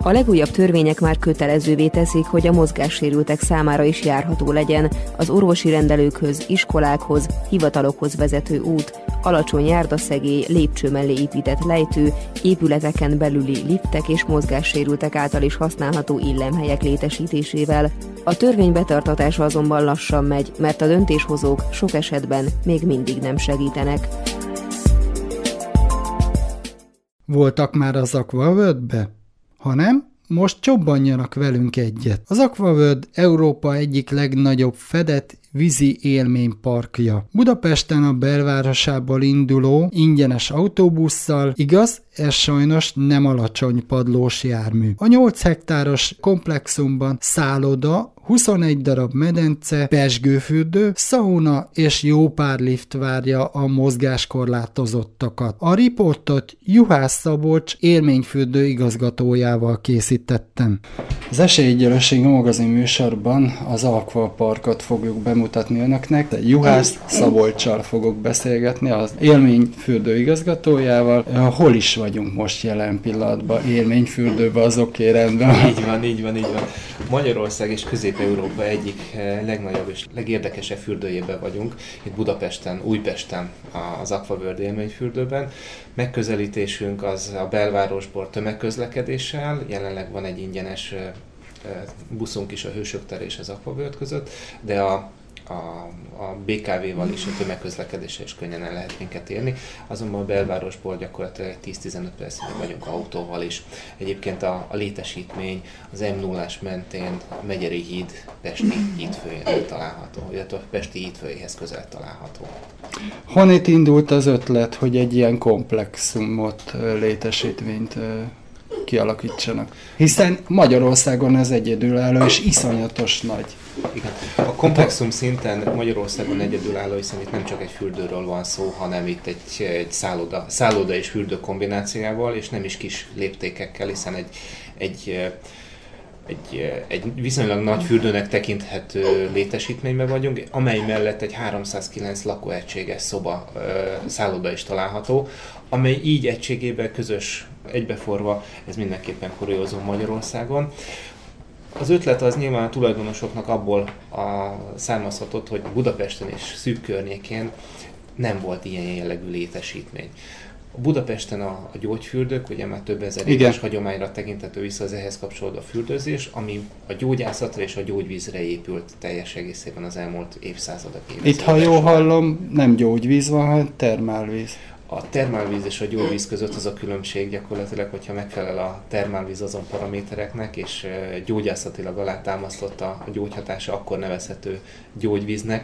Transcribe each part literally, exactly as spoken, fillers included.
A legújabb törvények már kötelezővé teszik, hogy a mozgássérültek számára is járható legyen az orvosi rendelőkhöz, iskolákhoz, hivatalokhoz vezető út, alacsony járdaszegély, lépcső mellé épített lejtő, épületeken belüli liftek és mozgássérültek által is használható illemhelyek létesítésével. A törvény betartatása azonban lassan megy, mert a döntéshozók sok esetben még mindig nem segítenek. Voltak már az Aquaworld-be? Ha nem, most csobbanjanak velünk egyet. Az Aquaworld Európa egyik legnagyobb fedett vízi élményparkja. Budapesten a belvárosából induló ingyenes autóbusszal, igaz, ez sajnos nem alacsony padlós jármű. A nyolc hektáros komplexumban szálloda, huszonegy darab medence, pezsgőfürdő, szauna és jó pár lift várja a mozgáskorlátozottakat. A riportot Juhász Szabolcs élményfürdő igazgatójával készítettem. Az Esélyegyenlőség magazin műsorban az Aquaparkot fogjuk bemutatni önöknek. Juhász Szabolccsal fogok beszélgetni, az élményfürdő igazgatójával. Hol is vagyunk most jelen pillanatban? Élményfürdőben, az oké, rendben. Így van, így van, így van. Magyarország és Közép-Európa egyik legnagyobb és legérdekesebb fürdőjében vagyunk. Itt Budapesten, Újpesten, az Aquaworld élményfürdőben. Megközelítésünk az a belvárosból tömegközlekedéssel. Jelenleg van egy ingyenes buszunk is a Hősök tere és az Aquaworld között, de a A, a bé ká vé-val is, a tömegközlekedéssel is könnyen el lehet minket érni, azonban a belvárosból gyakorlatilag tíz-tizenöt percig vagyunk autóval is. Egyébként a, a létesítmény az em nullás mentén a Megyeri híd Pesti hídfőjén található, illetve a Pesti hídfőjéhez közel található. Honnét indult az ötlet, hogy egy ilyen komplexumot, létesítményt kialakítsanak? Hiszen Magyarországon ez egyedülálló és iszonyatos nagy. Igen. A komplexum szinten Magyarországon egyedülálló, hiszen itt nem csak egy fürdőről van szó, hanem itt egy, egy szálloda, szálloda és fürdő kombinációjával, és nem is kis léptékekkel, hiszen egy, egy, egy, egy viszonylag nagy fürdőnek tekinthető létesítményben vagyunk, amely mellett egy háromszázkilenc lakóegységes szoba, szálloda is található, amely így egységében közös, egybeforva, ez mindenképpen kuriózum Magyarországon. Az ötlet az nyilván a tulajdonosoknak abból a származhatott, hogy Budapesten és szűk környékén nem volt ilyen jellegű létesítmény. A Budapesten a, a gyógyfürdők, ugye már több ezer éves hagyományra tekintető vissza az ehhez kapcsolódó a fürdőzés, ami a gyógyászatra és a gyógyvízre épült teljes egészében az elmúlt évszázadok. Itt, ha jól hallom, nem gyógyvíz van, hanem termálvíz. A termálvíz és a gyógyvíz között az a különbség gyakorlatilag, hogyha megfelel a termálvíz azon paramétereknek, és gyógyászatilag alátámasztott a gyógyhatása, akkor nevezhető gyógyvíznek.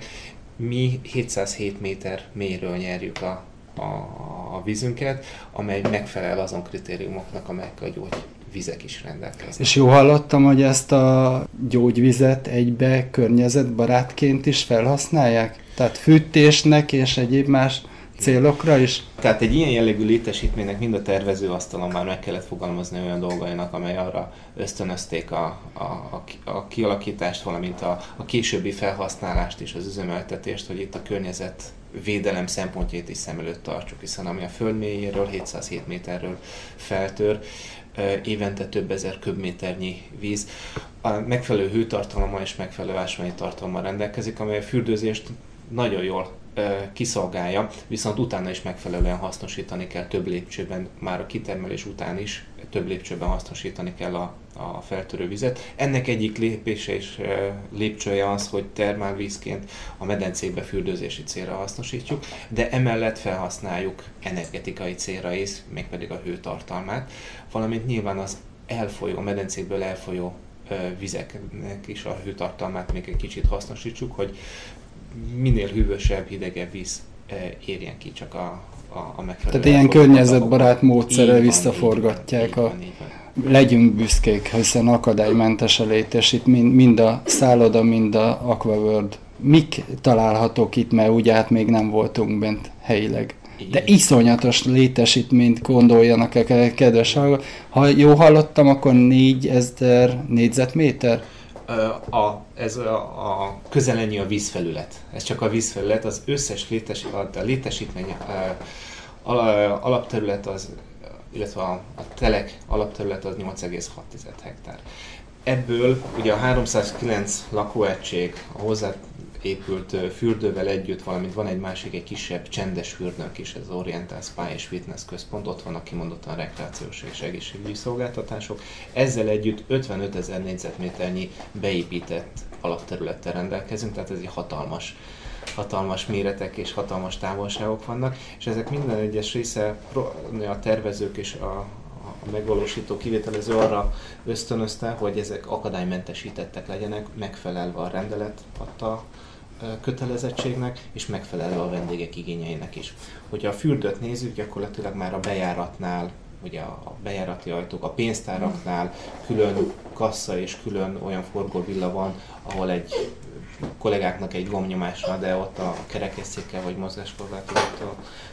Mi hétszázhét méter mélyről nyerjük a, a, a vízünket, amely megfelel azon kritériumoknak, amelyek a gyógyvizek is rendelkeznek. És jól hallottam, hogy ezt a gyógyvizet egybe környezetbarátként is felhasználják? Tehát fűtésnek és egyéb más célokra is? Tehát egy ilyen jellegű létesítménynek mind a tervezőasztalon már meg kellett fogalmazni olyan dolgainak, amely arra ösztönözték a, a, a, a kialakítást, valamint a, a későbbi felhasználást és az üzemeltetést, hogy itt a környezet védelem szempontjait is szem előtt tartsuk, hiszen ami a föld mélyéről, hétszázhét méterről feltör, évente több ezer köbméternyi víz, a megfelelő hőtartalommal és megfelelő ásványi tartalommal rendelkezik, amely a fürdőzést nagyon jól kiszolgálja, viszont utána is megfelelően hasznosítani kell több lépcsőben, már a kitermelés után is több lépcsőben hasznosítani kell a, a feltörő vizet. Ennek egyik lépése és lépcsője az, hogy termálvízként a medencékbe fürdőzési célra hasznosítjuk, de emellett felhasználjuk energetikai célra is, mégpedig a hőtartalmát, valamint nyilván az elfolyó, a medencékből elfolyó vizeknek is a hőtartalmát még egy kicsit hasznosítsuk, hogy minél hűvösebb, hidegebb víz érjen ki csak a, a, a megfelelő. Tehát ilyen környezetbarát módszerrel visszaforgatják. Így van, a... így van, így van. Legyünk büszkék, hiszen akadálymentes a létesítmény, mind a szálloda, mind a Aquaworld. Mik találhatók itt, mert ugye hát még nem voltunk bent helyileg. De iszonyatos létesítményt gondoljanak el, kedves hallgatók. Ha jól hallottam, akkor négyezer négyzetméter? A, ez a, a közel ennyi a vízfelület. Ez csak a vízfelület, az összes létes, a létesítmény a, alapterület az illetve a, a telek alapterület az nyolc egész hat hektár. Ebből ugye a háromszázkilenc lakóegység, a hozzáépült fürdővel együtt, valamint van egy másik, egy kisebb csendes fürdőnk is, ez az Oriental Spa és Fitness Központ, ott vannak kimondottan rekreációs és egészségügyi szolgáltatások. Ezzel együtt ötvenötezer négyzetméternyi beépített alapterülettel rendelkezünk, tehát ez egy hatalmas, hatalmas méretek és hatalmas távolságok vannak, és ezek minden egyes része a tervezők és a a megvalósító, kivitelező arra ösztönözte, hogy ezek akadálymentesítettek legyenek, megfelelve a rendelet adta kötelezettségnek, és megfelelve a vendégek igényeinek is. Hogyha a fürdőt nézzük, gyakorlatilag már a bejáratnál, ugye a bejárati ajtók, a pénztáraknál külön kassa és külön olyan forgóvilla van, ahol egy kollégáknak egy gombnyomásra, de ott a kerekesszékkel vagy mozgáskorlátozókkal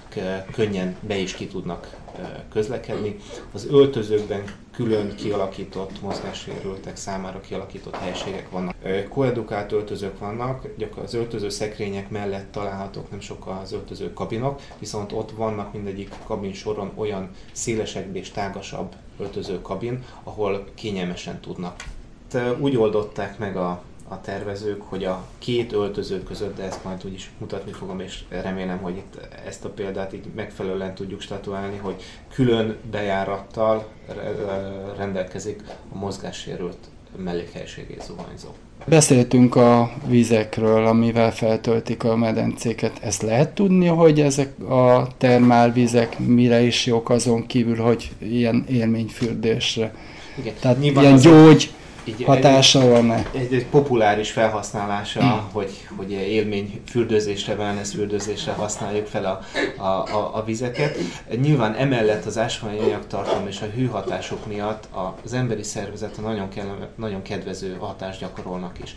könnyen be is ki tudnak közlekedni. Az öltözőkben külön kialakított, mozgássérültek számára kialakított helységek vannak. Koedukált öltözők vannak, gyakorlatilag az öltöző szekrények mellett találhatók nem sokkal az öltöző kabinok, viszont ott vannak mindegyik kabin soron olyan szélesebb és tágasabb öltöző kabin, ahol kényelmesen tudnak. Úgy oldották meg a a tervezők, hogy a két öltöző között, de ezt majd úgyis mutatni fogom, és remélem, hogy itt ezt a példát így megfelelően tudjuk statuálni, hogy külön bejárattal rendelkezik a mozgássérült mellékhelyiségű zuhanyzó. Beszéltünk a vizekről, amivel feltöltik a medencéket. Ezt lehet tudni, hogy ezek a termálvizek mire is jók azon kívül, hogy ilyen élményfürdésre? Igen. Tehát ilyen gyógy Így hatása egy, van-e? Egy, egy populáris felhasználása, hmm. hogy, hogy élmény fürdőzésre, wellness fürdőzésre használjuk fel a, a, a, a vizeket. Nyilván emellett az ásványi anyagtartalom és a hőhatások miatt az emberi szervezete nagyon, kellene, nagyon kedvező hatást gyakorolnak is.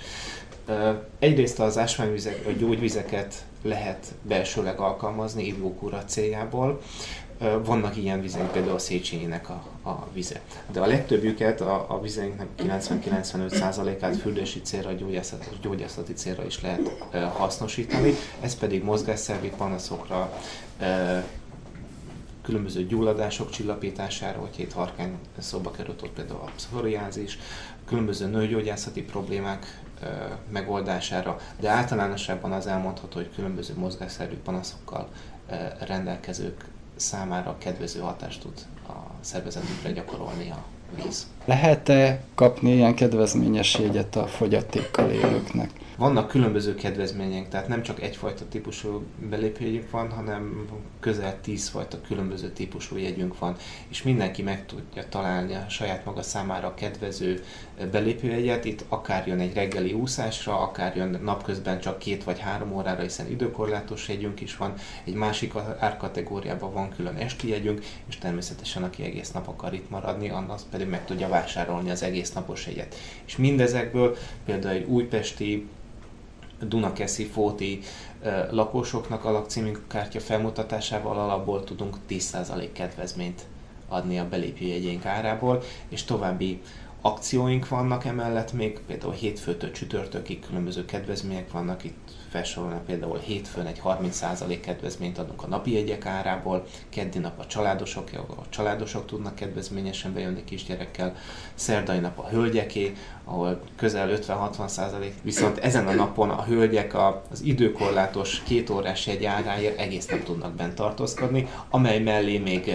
Egyrészt az ásványvizek, a gyógyvizeket lehet belsőleg alkalmazni ivókúra céljából. Vannak ilyen vizek, például a Széchenyinek a, a vize. De a legtöbbjüket, a, a vizeinknek kilencven-kilencvenöt százalékát fürdési célra, gyógyászati, gyógyászati célra is lehet e, hasznosítani. Ez pedig mozgásszervi panaszokra, e, különböző gyulladások csillapítására, hogy itt harkány szóba került, ott például a pszoriázis, különböző nőgyógyászati problémák e, megoldására, de általánosságban az elmondható, hogy különböző mozgásszervi panaszokkal e, rendelkezők számára kedvező hatást tud a szervezetükre gyakorolni a víz. Lehet-e kapni ilyen kedvezményes jegyet a fogyatékkal élőknek? Vannak különböző kedvezmények, tehát nem csak egyfajta típusú belépőjegyünk van, hanem közel tízfajta különböző típusú jegyünk van, és mindenki meg tudja találni a saját maga számára kedvező belépőjegyet. Itt akár jön egy reggeli úszásra, akár jön napközben csak két vagy három órára, hiszen időkorlátos jegyünk is van, egy másik árkategóriában van külön esti jegyünk, és természetesen aki egész nap akar itt maradni, annak pedig meg tudja vásárolni az egész napos jegyet. És mindezekből például egy újpesti, Dunakeszi, Fóti uh, lakosoknak a lakcímű kártya felmutatásával alapból tudunk tíz százalék kedvezményt adni a belépőjegyeink árából, és további akcióink vannak emellett még, például hétfőtől csütörtökig különböző kedvezmények vannak, itt felsorolnak például hétfőn egy harminc százalék kedvezményt adunk a napi jegyek árából, keddi nap a családosok, a családosok tudnak kedvezményesen bejönni kisgyerekkel, szerdai nap a hölgyeké, ahol közel ötven-hatvan százalék, viszont ezen a napon a hölgyek az időkorlátos két órás jegy áráért egész nap tudnak bent tartózkodni, amely mellé még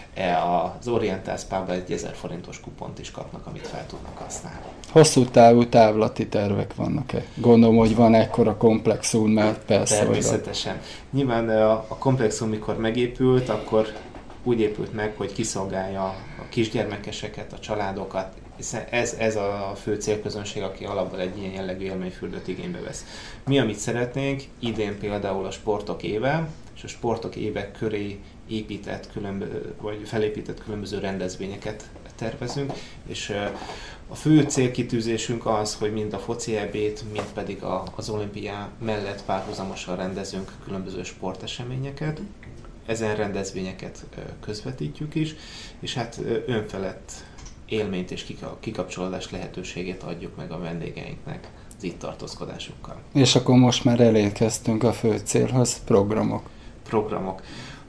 az Oriental Spa-ban egy ezer forintos kupont is kapnak, amit fel tudnak használni. Hosszú távú távlati tervek vannak-e? Gondolom, hogy van ekkora komplexum, mert persze... Természetesen. Hogy a... Nyilván a komplexum, mikor megépült, akkor úgy épült meg, hogy kiszolgálja a kisgyermekeseket, a családokat, hiszen ez, ez a fő célközönség, aki alapból egy ilyen jellegű élményfürdőt igénybe vesz. Mi, amit szeretnénk, idén például a sportok éve, és a sportok évek köré épített, különböző, vagy felépített különböző rendezvényeket tervezünk, és a fő célkitűzésünk az, hogy mind a foci é bét, mind pedig a, az olimpiá mellett párhuzamosan rendezünk különböző sporteseményeket. Ezen rendezvényeket közvetítjük is, és hát önfelett élményt és kikapcsolódás lehetőségét adjuk meg a vendégeinknek az itt tartózkodásukkal. És akkor most már elérkeztünk a fő célhoz, programok. Programok.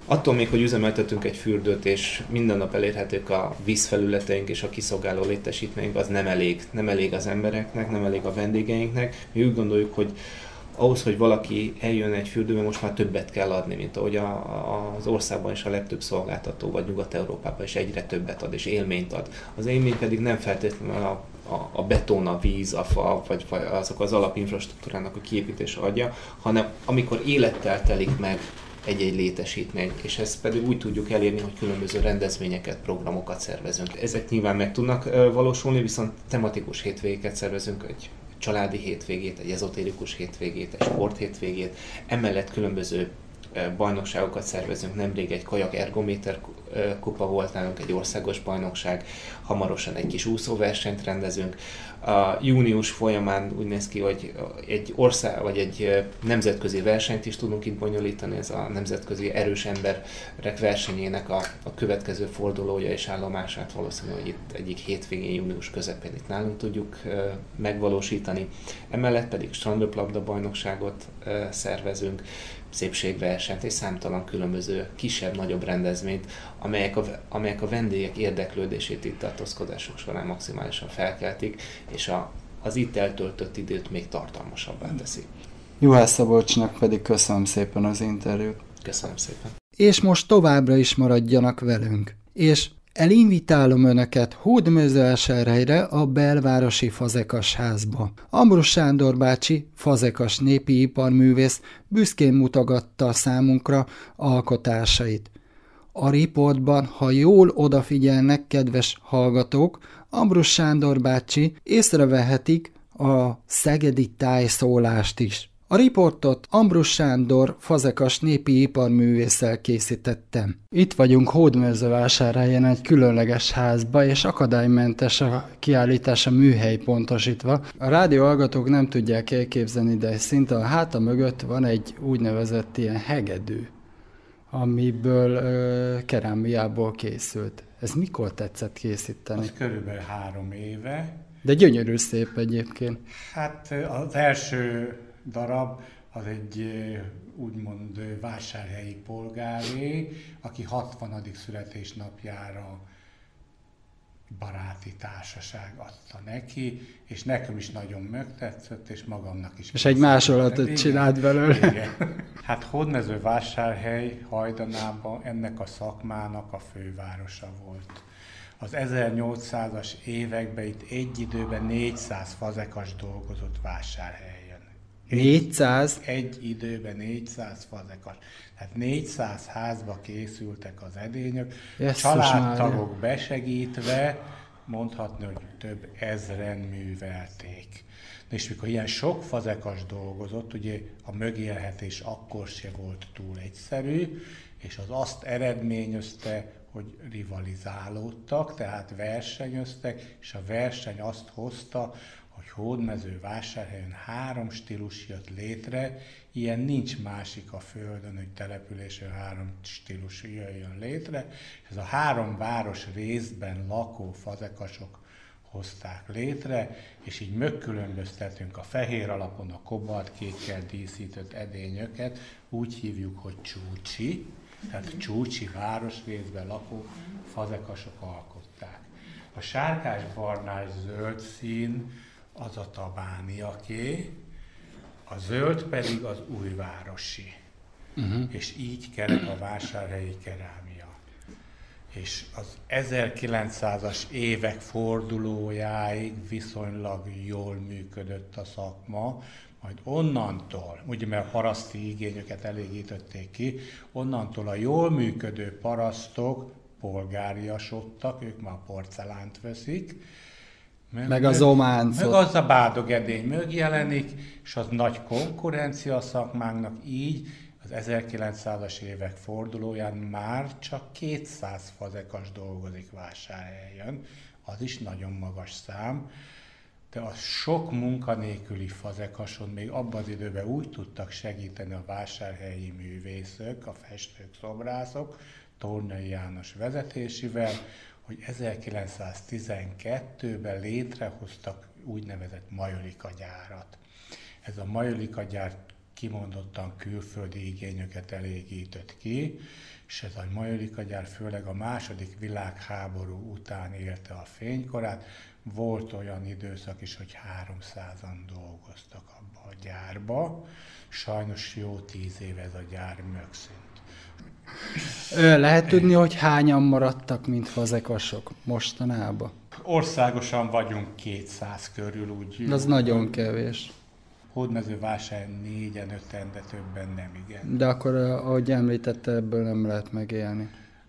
Attól még, hogy üzemeltetünk egy fürdőt, és minden nap elérhetők a vízfelületeink és a kiszolgáló létesítményünk, az nem elég. Nem elég az embereknek, nem elég a vendégeinknek. Mi úgy gondoljuk, hogy ahhoz, hogy valaki eljön egy fürdőbe, most már többet kell adni, mint ahogy a, a, az országban is a legtöbb szolgáltató, vagy Nyugat-Európában is egyre többet ad, és élményt ad. Az élmény pedig nem feltétlenül a, a, a beton, a víz, a fa, vagy, vagy azok az alapinfrastruktúrának a kiépítése adja, hanem amikor élettel telik meg egy-egy létesítmény, és ezt pedig úgy tudjuk elérni, hogy különböző rendezvényeket, programokat szervezünk. Ezek nyilván meg tudnak valósulni, viszont tematikus hétvégéket szervezünk, egy családi hétvégét, egy ezotérikus hétvégét, egy sporthétvégét, emellett különböző bajnokságokat szervezünk, nemrég egy kajak ergométer kupa volt nálunk, egy országos bajnokság, hamarosan egy kis úszóversenyt rendezünk. A június folyamán úgy néz ki, hogy egy ország vagy egy nemzetközi versenyt is tudunk itt bonyolítani, ez a nemzetközi erős emberek versenyének a, a következő fordulója és állomását valószínű, hogy itt egyik hétvégén, június közepén itt nálunk tudjuk megvalósítani. Emellett pedig strandröplabda bajnokságot szervezünk, szépségversenyt és számtalan különböző kisebb-nagyobb rendezvényt, amelyek a, amelyek a vendégek érdeklődését itt tartózkodások során maximálisan felkeltik, és a, az itt eltöltött időt még tartalmasabbá teszi. Juhász Szabolcsnak pedig köszönöm szépen az interjút. Köszönöm szépen. És most továbbra is maradjanak velünk. És elinvitálom Önöket Hódmezővásárhelyre, a belvárosi Fazekas házba. Ambrus Sándor bácsi, fazekas népi iparművész büszkén mutogatta számunkra alkotásait. A riportban, ha jól odafigyelnek, kedves hallgatók, Ambrus Sándor bácsi észrevehetik a szegedi tájszólást is. A riportot Ambrus Sándor fazekas népi iparművésszel készítettem. Itt vagyunk Hódmezővásárhelyen egy különleges házba, és akadálymentes a kiállítása műhely pontosítva. A rádió hallgatók nem tudják elképzelni, de szinte a háta mögött van egy úgynevezett ilyen hegedű, amiből ö, kerámiából készült. Ez mikor tetszett készíteni? Az körülbelül három éve. De gyönyörű szép egyébként. Hát az első darab az egy úgymond vásárhelyi polgáré, aki hatvanadik születésnapjára baráti társaság adta neki, és nekem is nagyon megtetszett, és magamnak is. És egy másolatot csinált belőle. Igen. Hát Hódmezővásárhely hajdanában ennek a szakmának a fővárosa volt. Az ezernyolcszázas években itt egy időben négyszáz fazekas dolgozott Vásárhelyen. négyszáz? Egy időben négyszáz fazekas. Tehát négyszáz házba készültek az edények, családtagok besegítve, mondhatni, hogy több ezren művelték. És mikor ilyen sok fazekas dolgozott, ugye a megélhetés akkor se volt túl egyszerű, és az azt eredményezte, hogy rivalizálódtak, tehát versenyöztek, és a verseny azt hozta, hogy Hódmezővásárhelyen három stílus jött létre, ilyen nincs másik a földön, hogy településen három stílus jöjjön létre, és ez a három város részben lakó fazekasok hozták létre, és így megkülönböztetünk a fehér alapon a kobaltkékkel díszített edényöket, úgy hívjuk, hogy csúcsi, tehát csúcsi városrészben lakó fazekasok alkották. A sárkás-barnás zöld szín az a tabániaké, a zöld pedig az újvárosi. Uh-huh. És így kerek a vásárhelyi kerámia. És az ezerkilencszázas évek fordulójáig viszonylag jól működött a szakma, majd onnantól, ugye mert a paraszti igényeket elégítették ki, onnantól a jól működő parasztok polgáriasodtak, ők már porcelánt veszik, meg, meg az ománcot. Meg az a bádogedény megjelenik, és az nagy konkurencia a szakmánknak, így az ezerkilencszázas évek fordulóján már csak kétszáz fazekas dolgozik Vásárhelyen, az is nagyon magas szám, de a sok munkanélküli fazekason még abban az időben úgy tudtak segíteni a vásárhelyi művészek, a festők, szobrászok, Tornyai János vezetésével, hogy ezerkilencszáztizenkettőben létrehoztak úgynevezett majolika gyárat. Ez a majolika gyár kimondottan külföldi igényeket elégített ki, és ez a Majolika gyár főleg a második világháború után élte a fénykorát. Volt olyan időszak is, hogy háromszázan dolgoztak abba a gyárba. Sajnos jó tíz éve ez a gyár megszűnt. Lehet tudni, hogy hányan maradtak, mint fazekasok mostanában? Országosan vagyunk kétszáz körül, úgy. Az nagyon kevés. Hódmezővásárhelyen négyen, öten, de többen nem, igen. De akkor, ahogy említette, ebből nem lehet megélni.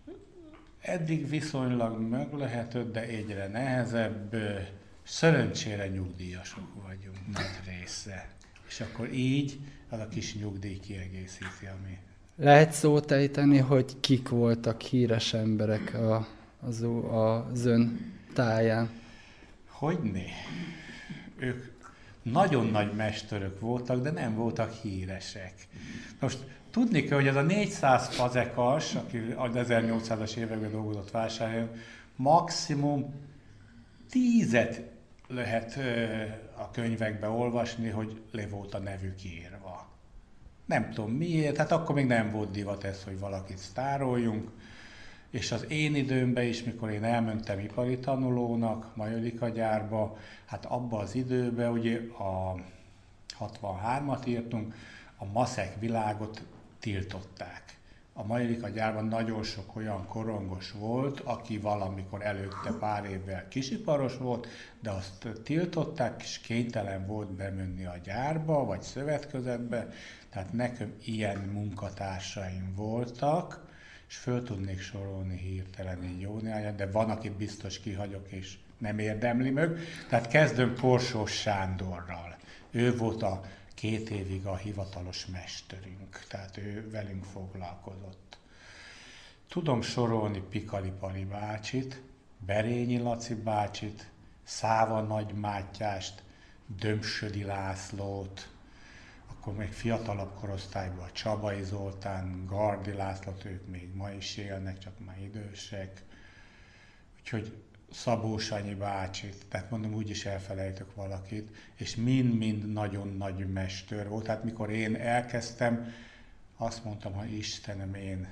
Eddig viszonylag meg lehetett, de egyre nehezebb. Szerencsére nyugdíjasok vagyunk nagy része. És akkor így az a kis nyugdíj kiegészíti, ami... Lehet szót ejteni, hogy kik voltak híres emberek a, az, az ön táján? Hogyne? Ők nagyon nagy mesterök voltak, de nem voltak híresek. Most tudni kell, hogy ez a négyszáz fazekas, aki az ezernyolcszázas években dolgozott Vásárhelyen, maximum tízet lehet a könyvekbe olvasni, hogy le volt a nevük írva. Nem tudom miért, hát akkor még nem volt divat ez, hogy valakit sztároljunk. És az én időmben is, mikor én elmentem ipari tanulónak Majolika gyárba, hát abban az időben ugye a hatvanhármat írtunk, a maszek világot tiltották. A Majolika gyárban nagyon sok olyan korongos volt, aki valamikor előtte pár évvel kisiparos volt, de azt tiltották, és kénytelen volt bemenni a gyárba, vagy szövetkezetbe. Tehát nekem ilyen munkatársaim voltak, és föl tudnék sorolni hirtelen így jó néhányat, de van, akit biztos kihagyok, és nem érdemli meg. Tehát kezdem Korsós Sándorral. Ő volt a két évig a hivatalos mesterünk, tehát ő velünk foglalkozott. Tudom sorolni Pikali Pali bácsit, Berényi Laci bácsit, Száva Nagy Mátyást, Dömsödi Lászlót, akkor még fiatalabb korosztályban a Csabai Zoltán, Gardi Lászlót, ők még ma is élnek, csak már idősek. Úgyhogy Szabó Sanyi bácsit, tehát mondom, úgyis elfelejtök valakit, és mind-mind nagyon nagy mester volt. Tehát mikor én elkezdtem, azt mondtam, hogy Istenem, én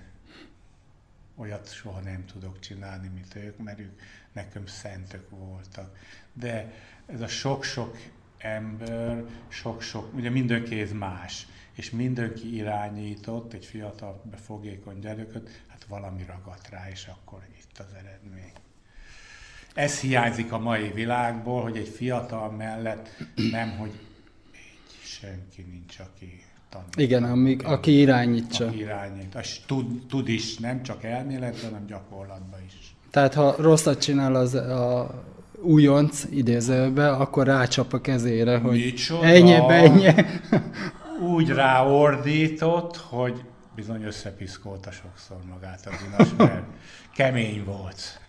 olyat soha nem tudok csinálni, mint ők, mert ők nekem szentök voltak. De ez a sok-sok ember, sok-sok, ugye minden kéz más, és mindenki irányított egy fiatal, befogékony gyereket, hát valami ragadt rá, és akkor itt az eredmény. Ez hiányzik a mai világból, hogy egy fiatal mellett nem, hogy így senki nincs, aki tanít. Igen, amíg, aki irányítsa. Aki irányít, és tud, tud is, nem csak elméletben, hanem gyakorlatban is. Tehát ha rosszat csinál az a újonc idézőbe, akkor rácsap a kezére, hogy ennyi, ennyi. Úgy ráordított, hogy bizony összepiszkolta sokszor magát az inas, mert kemény volt.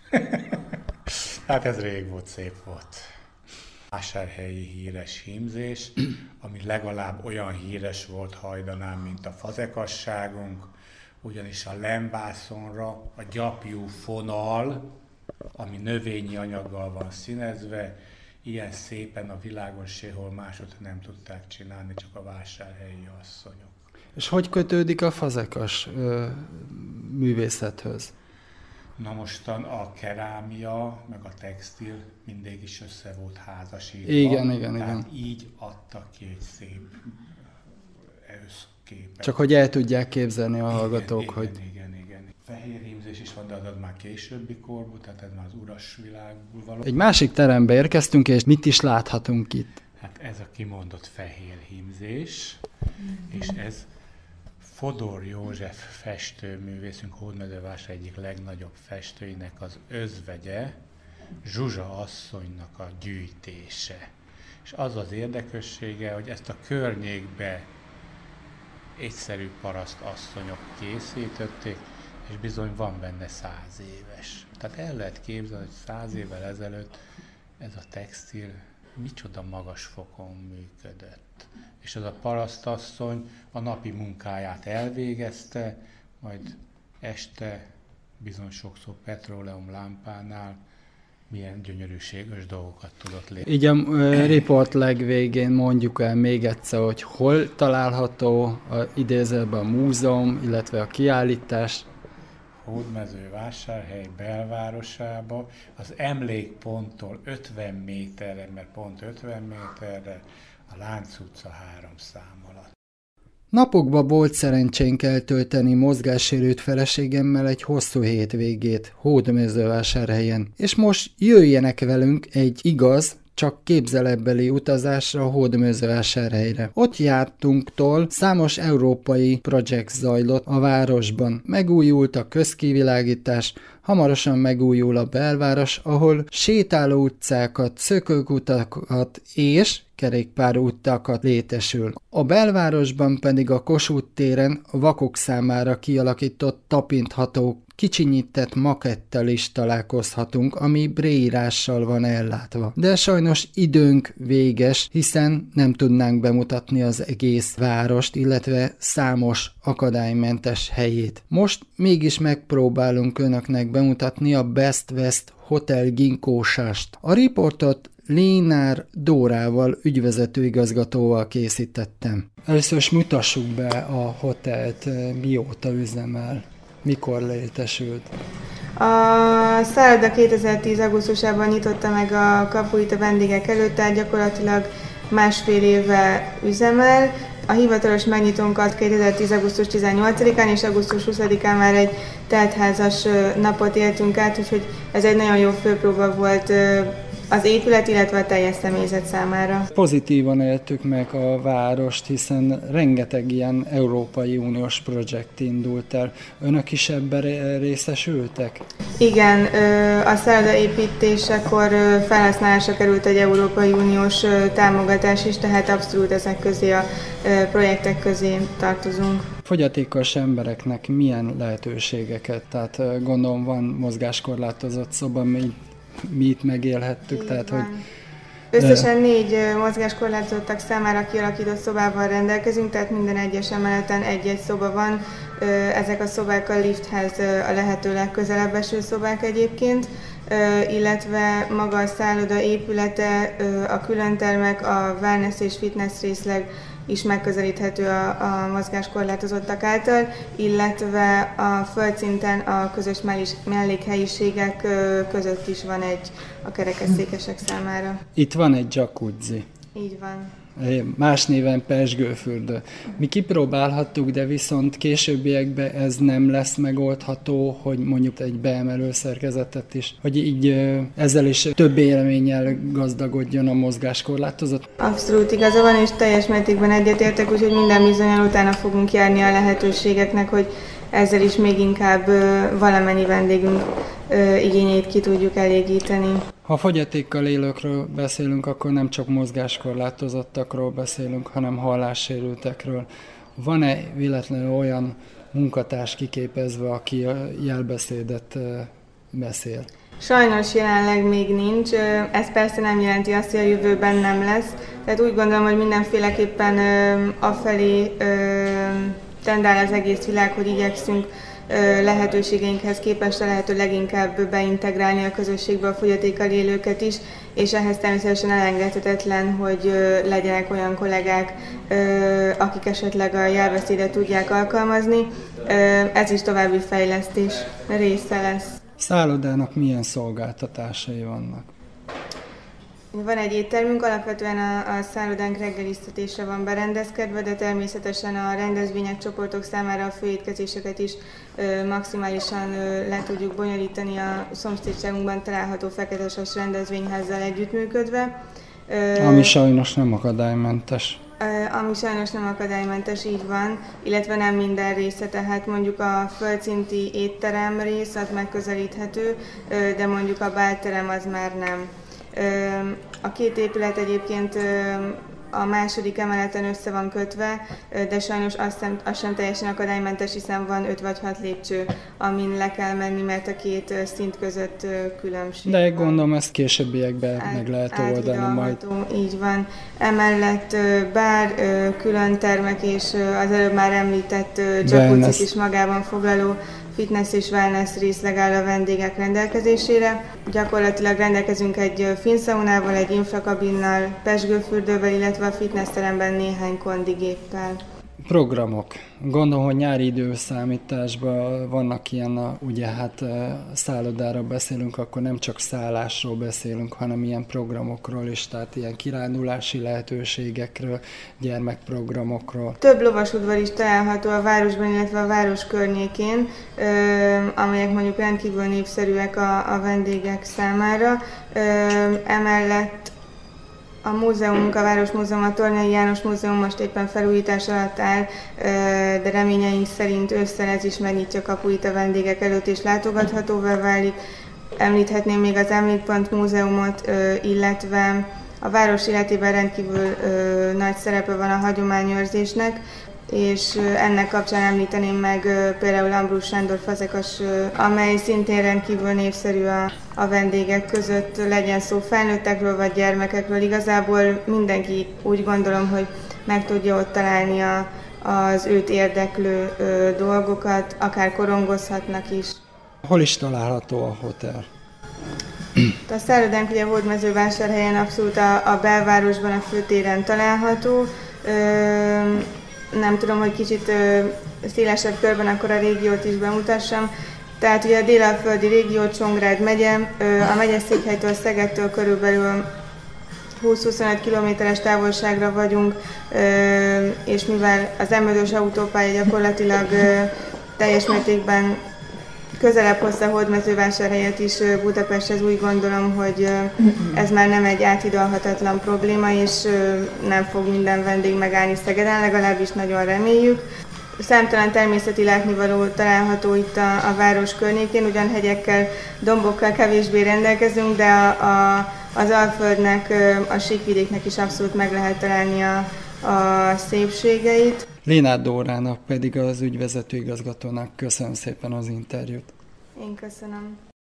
Hát ez rég volt, szép volt. Vásárhelyi híres hímzés, ami legalább olyan híres volt hajdanán, mint a fazekasságunk, ugyanis a lemvászonra a gyapjú fonal, ami növényi anyaggal van színezve, ilyen szépen a világon sehol másod nem tudták csinálni, csak a vásárhelyi asszonyok. És hogy kötődik a fazekas ö, művészethez? Na mostan a kerámia, meg a textil mindig is össze volt házasítva. Igen, igen, tehát igen. így adtak ki egy szép összképet. Csak hogy el tudják képzelni a igen, hallgatók, igen, hogy... Igen, igen, igen. Fehér hímzés is van, de az már későbbi korból, tehát ez már az uras világból való. Egy másik terembe érkeztünk, és mit is láthatunk itt? Hát ez a kimondott fehér hímzés, és ez Fodor József festőművészünk, Hódmezővásárhely egyik legnagyobb festőinek az özvegye, Zsuzsa asszonynak a gyűjtése. És az az érdekessége, hogy ezt a környékbe egyszerű paraszt asszonyok készítették, és bizony van benne száz éves. Tehát el lehet képzelni, hogy száz évvel ezelőtt ez a textil micsoda magas fokon működött. És az a parasztasszony a napi munkáját elvégezte, majd este bizony sokszor petróleum lámpánál milyen gyönyörűséges dolgokat tudott létezni. Így a uh, riport legvégén mondjuk el még egyszer, hogy hol található a, idézőben a múzeum, illetve a kiállítás. Hódmezővásárhely belvárosába, az emlékponttól ötven méterre, mert pont ötven méterre, a Lánc utca három szám alatt. Napokban volt szerencsénk eltölteni mozgássérült feleségemmel egy hosszú hétvégét Hódmezővásárhelyen, és most jöjjenek velünk egy igaz, csak képzelebbeli utazásra a Hódmezővásárhelyre. Ott jártunktól számos európai projekt zajlott a városban. Megújult a közkivilágítás, hamarosan megújul a belváros, ahol sétáló utcákat, szökőkutakat és kerékpárúttakat létesül. A belvárosban pedig a Kossuth téren a vakok számára kialakított tapintható kicsinyített makettel is találkozhatunk, ami bréírással van ellátva. De sajnos időnk véges, hiszen nem tudnánk bemutatni az egész várost, illetve számos akadálymentes helyét. Most mégis megpróbálunk önöknek bemutatni a Best West Hotel Ginkósást. A riportot Lénár Dórával, ügyvezető igazgatóval készítettem. Először is mutassuk be a hotelt, mióta üzemel, mikor létesült. A szálloda kétezer-tíz augusztusában nyitotta meg a kapuit a vendégek előtt, tehát gyakorlatilag másfél éve üzemel. A hivatalos megnyitónkat kétezer-tíz augusztus tizennyolcadikán és augusztus huszadikán már egy teltházas napot éltünk át, úgyhogy ez egy nagyon jó főpróba volt az épület, illetve a teljes személyzet számára. Pozitívan éltük meg a várost, hiszen rengeteg ilyen Európai Uniós projekt indult el. Önök is ebben részesültek? Igen, a szálloda építésekor felhasználásra került egy Európai Uniós támogatás is, tehát abszolút ezek közé a projektek közé tartozunk. Fogyatékos embereknek milyen lehetőségeket? Tehát gondolom van mozgáskorlátozott szoba, mi mi itt megélhettük, tehát hogy... Összesen négy mozgáskorlátozottak számára kialakított szobával rendelkezünk, tehát minden egyes emeleten egy-egy szoba van. Ezek a szobák a lifthez a lehető legközelebb eső szobák egyébként, illetve maga a szálloda épülete, a különtermek, a wellness és fitness részleg is megközelíthető a, a mozgáskorlátozottak által, illetve a földszinten a közös mellékhelyiségek között is van egy a kerekesszékesek számára. Itt van egy jacuzzi. Így van. Más néven pezsgőfürdő. Mi kipróbálhattuk, de viszont későbbiekben ez nem lesz megoldható, hogy mondjuk egy beemelő szerkezetet is, hogy így ezzel is több élménnyel gazdagodjon a mozgáskorlátozott. Abszolút igaza van, és teljes mértékben egyetértek, úgyhogy minden bizonnyal utána fogunk járni a lehetőségeknek, hogy ezzel is még inkább valamennyi vendégünk igényeit ki tudjuk elégíteni. Ha fogyatékkal élőkről beszélünk, akkor nem csak mozgáskorlátozottakról beszélünk, hanem hallássérültekről. Van-e véletlenül olyan munkatárs kiképezve, aki a jelbeszédet beszél? Sajnos jelenleg még nincs. Ez persze nem jelenti azt, hogy a jövőben nem lesz. Tehát úgy gondolom, hogy mindenféleképpen afelé tendál az egész világ, hogy igyekszünk lehetőségeinkhez képest a lehető leginkább beintegrálni a közösségbe a fogyatékkal élőket is, és ehhez természetesen elengedhetetlen, hogy legyenek olyan kollégák, akik esetleg a jelbeszédet tudják alkalmazni. Ez is további fejlesztés része lesz. Szállodának milyen szolgáltatásai vannak? Van egy éttermünk, alapvetően a, a szállodánk reggeliztetésre van berendezkedve, de természetesen a rendezvények, csoportok számára a főétkezéseket is ö, maximálisan ö, le tudjuk bonyolítani a szomszédságunkban található Feketesas rendezvényházzal együttműködve. Ö, ami sajnos nem akadálymentes. Ö, ami sajnos nem akadálymentes, így van, illetve nem minden része, tehát mondjuk a földszinti étterem rész az megközelíthető, ö, de mondjuk a bálterem az már nem. A két épület egyébként a második emeleten össze van kötve, de sajnos azt sem, az sem teljesen akadálymentes, hiszen van öt vagy hat lépcső, amin le kell menni, mert a két szint között különbség De gondolom ezt későbbiekben Át, meg lehet oldani majd. Így van. Emellett bár, külön termek és az előbb már említett jacuzzit is magában foglaló fitness és wellness részleg áll a vendégek rendelkezésére. Gyakorlatilag rendelkezünk egy finszaunával, egy infrakabinnal, pezsgőfürdővel, illetve a fitnessteremben néhány kondigéppel. Programok. Gondolom, hogy nyári időszámításban vannak ilyen, ugye hát szállodára beszélünk, akkor nem csak szállásról beszélünk, hanem ilyen programokról is, tehát ilyen kirándulási lehetőségekről, gyermekprogramokról. Több lovasudvar is található a városban, illetve a város környékén, amelyek mondjuk rendkívül népszerűek a, a vendégek számára. Emellett a múzeumunk, a Városmúzeum, a Tornyai János Múzeum most éppen felújítás alatt áll, de reményeink szerint ősszel ez is megnyitja kapuit a vendégek előtt és látogathatóvá válik. Említhetném még az Emlékpont Múzeumot, illetve a város életében rendkívül nagy szerepe van a hagyományőrzésnek, és ennek kapcsán említeném meg például Ambrus Sándor fazekas, amely szintén rendkívül népszerű a, a vendégek között, legyen szó felnőttekről vagy gyermekekről. Igazából mindenki úgy gondolom, hogy meg tudja ott találni a, az őt érdeklő ö, dolgokat, akár korongozhatnak is. Hol is található a hotel? A szállodánk ugye Hódmezővásárhelyen abszolút a, a belvárosban, a főtéren található. Ö, nem tudom, hogy kicsit ö, szélesebb körben akkor a régiót is bemutassam. Tehát ugye a dél-alföldi régió, Csongrád megye, ö, a megyeszékhelytől, Szegedtől körülbelül húsz-huszonöt kilométeres távolságra vagyunk, ö, és mivel az em ötös autópálya gyakorlatilag ö, teljes mértékben közelebb hozta Hódmezővásárhelyet is Budapesthez, úgy gondolom, hogy ez már nem egy áthidalhatatlan probléma, és nem fog minden vendég megállni Szegeden, legalábbis nagyon reméljük. Számtalan természeti látnivaló található itt a, a város környékén, ugyan hegyekkel, dombokkal kevésbé rendelkezünk, de a, a, az Alföldnek, a síkvidéknek is abszolút meg lehet találni a, a szépségeit. Lénád Dórának pedig az ügyvezető igazgatónak köszönöm szépen az interjút. Én köszönöm.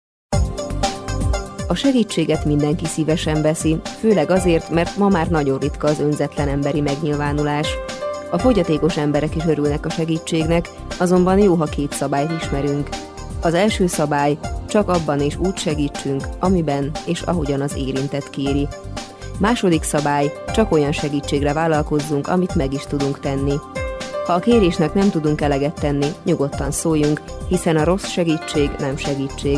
A segítséget mindenki szívesen veszi, főleg azért, mert ma már nagyon ritka az önzetlen emberi megnyilvánulás. A fogyatékos emberek is örülnek a segítségnek, azonban jó, ha két szabályt ismerünk. Az első szabály, csak abban és úgy segítsünk, amiben és ahogyan az érintett kéri. Második szabály, csak olyan segítségre vállalkozzunk, amit meg is tudunk tenni. Ha a kérésnek nem tudunk eleget tenni, nyugodtan szóljunk, hiszen a rossz segítség nem segítség.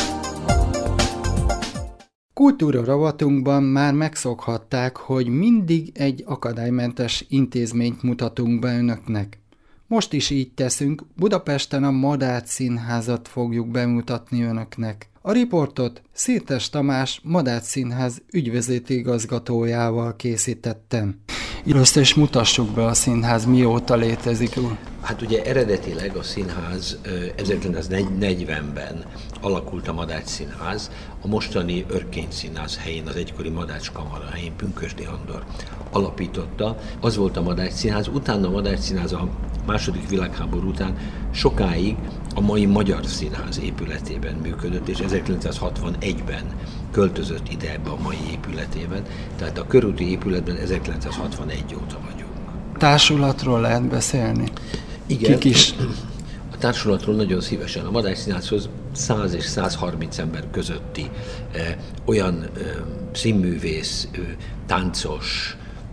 Kultúra rovatunkban már megszokhatták, hogy mindig egy akadálymentes intézményt mutatunk be önöknek. Most is így teszünk, Budapesten a Madách Színházat fogjuk bemutatni önöknek. A riportot Szirtes Tamás Madách Színház ügyvezető igazgatójával készítettem. Először is mutassuk be a színház, mióta létezik. Hát ugye eredetileg a színház ezerkilencszáznegyvenben alakult a Madách Színház, a mostani Örkény Színház helyén, az egykori Madách Kamara helyén Pünkösdi Andor alapította. Az volt a Madách Színház, utána a Madách Színház a második világháború után sokáig a mai Magyar Színház épületében működött, és ezerkilencszázhatvanegyben költözött ide ebbe a mai épületében, tehát a körúti épületben ezerkilencszázhatvanegy óta vagyunk. Társulatról lehet beszélni? Igen. Kik is? A társulatról nagyon szívesen. A Madách Színházhoz száz és százharminc ember közötti eh, olyan eh, színművész, eh, táncos,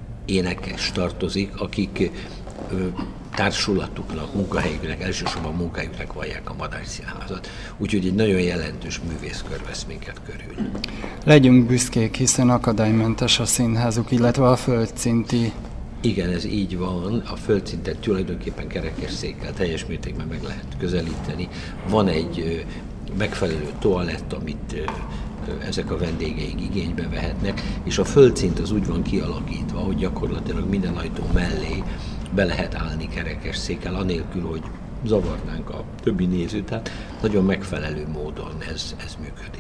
énekes tartozik, akik eh, társulatuknak, munkahelyüknek, elsősorban munkahelyüknek vallják a Madách Színházat. Úgyhogy egy nagyon jelentős művészkör vesz minket körül. Legyünk büszkék, hiszen akadálymentes a színházuk, illetve a földszinti. Igen, ez így van. A földszintet tulajdonképpen kerekesszékkel teljes mértékben meg lehet közelíteni. Van egy megfelelő toalett, amit ezek a vendégeink igénybe vehetnek, és a földszint az úgy van kialakítva, hogy gyakorlatilag minden ajtó mellé be lehet állni kerekesszékkel, anélkül, hogy zavarnánk a többi nézőt, tehát nagyon megfelelő módon ez, ez működik.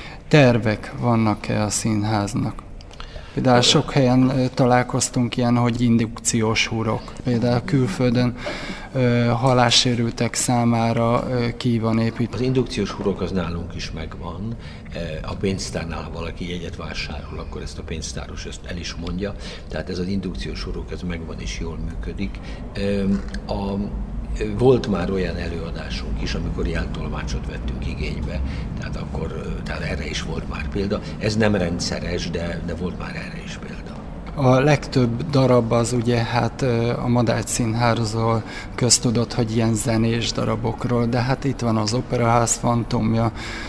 Tervek vannak-e a színháznak? Például sok helyen találkoztunk ilyen, hogy indukciós hurok. Például külföldön ö, halássérültek számára ö, ki van építve. Az indukciós hurok az nálunk is megvan. A pénztárnál, ha valaki jegyet vásárol, akkor ezt a pénztáros ezt el is mondja. Tehát ez az indukciós hurok, ez megvan és jól működik. A Volt már olyan előadásunk is, amikor jeltolmácsot vettünk igénybe, tehát akkor tehát erre is volt már példa. Ez nem rendszeres, de, de volt már erre is példa. A legtöbb darab az ugye hát a Madács Színházról köztudott, hogy ilyen zenés darabokról, de hát itt van az Operaház fantomja,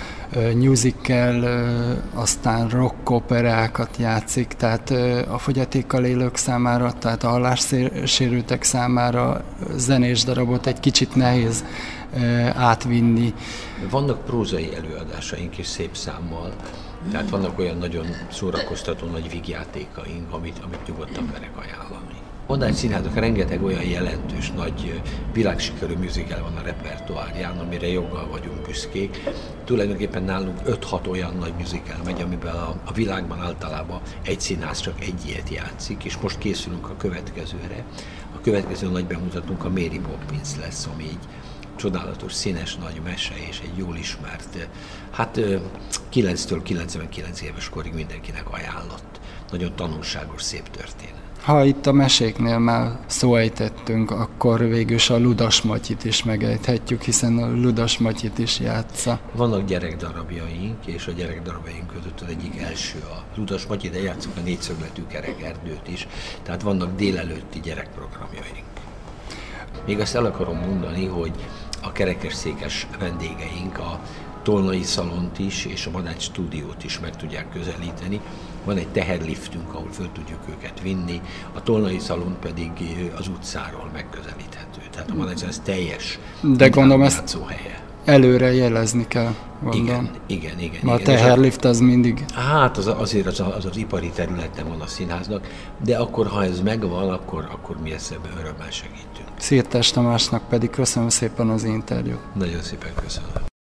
musical, aztán rock operákat játszik, tehát a fogyatékkal élők számára, tehát a hallássérültek számára zenés darabot egy kicsit nehéz átvinni. Vannak prózai előadásaink is szép számmal, tehát vannak olyan nagyon szórakoztató nagy vígjátékaink, amit, amit nyugodtan merek ajánlani. A Madács Színháznak rengeteg olyan jelentős, nagy világsikerű musical van a repertoárján, amire joggal vagyunk büszkék. Tulajdonképpen nálunk öt-hat olyan nagy musical megy, amiben a, a világban általában egy színház csak egy ilyet játszik, és most készülünk a következőre. A következő nagy bemutatunk a Mary Poppins lesz, ami így csodálatos, színes, nagy mese, és egy jól ismert, hát kilenctől kilencvenkilenc éves korig mindenkinek ajánlott. Nagyon tanulságos, szép történet. Ha itt a meséknél már szó ejtettünk, akkor végülis a Ludas Matyit is megejthetjük, hiszen a Ludas Matyit is játsza. Vannak gyerekdarabjaink, és a gyerekdarabjaink között az egyik első a Ludas Matyi, de játszunk a négyszögletű kerekerdőt is, tehát vannak délelőtti gyerekprogramjaink. Még azt el akarom mondani, hogy a kerekesszékes vendégeink a Tolnai Szalont is és a Madács Stúdiót is meg tudják közelíteni. Van egy teherliftünk, ahol föl tudjuk őket vinni, a Tolnai Szalon pedig az utcáról megközelíthető. Tehát a Madács ez teljes de gondolom ezt helye. Előre jelezni kell, gondolom. Igen, igen, igen. Ma a igen. teherlift az mindig... Hát az, azért az, az az ipari területen van a színháznak, de akkor, ha ez megvan, akkor, akkor mi ezt ebben örömmel segítünk. Szirtes Tamásnak pedig köszönöm szépen az interjút. Nagyon szépen köszönöm.